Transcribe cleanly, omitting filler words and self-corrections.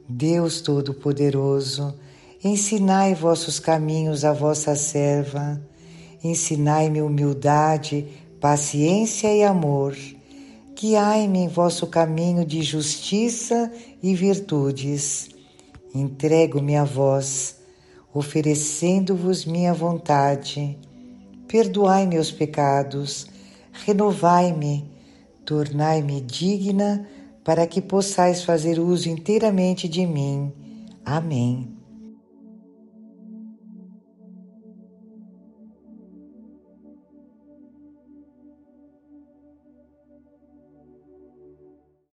Deus Todo-Poderoso, ensinai vossos caminhos à vossa serva, ensinai-me humildade, paciência e amor, guiai-me em vosso caminho de justiça e virtudes. Entrego-me a vós, oferecendo-vos minha vontade. Perdoai meus pecados, renovai-me, tornai-me digna para que possais fazer uso inteiramente de mim. Amém.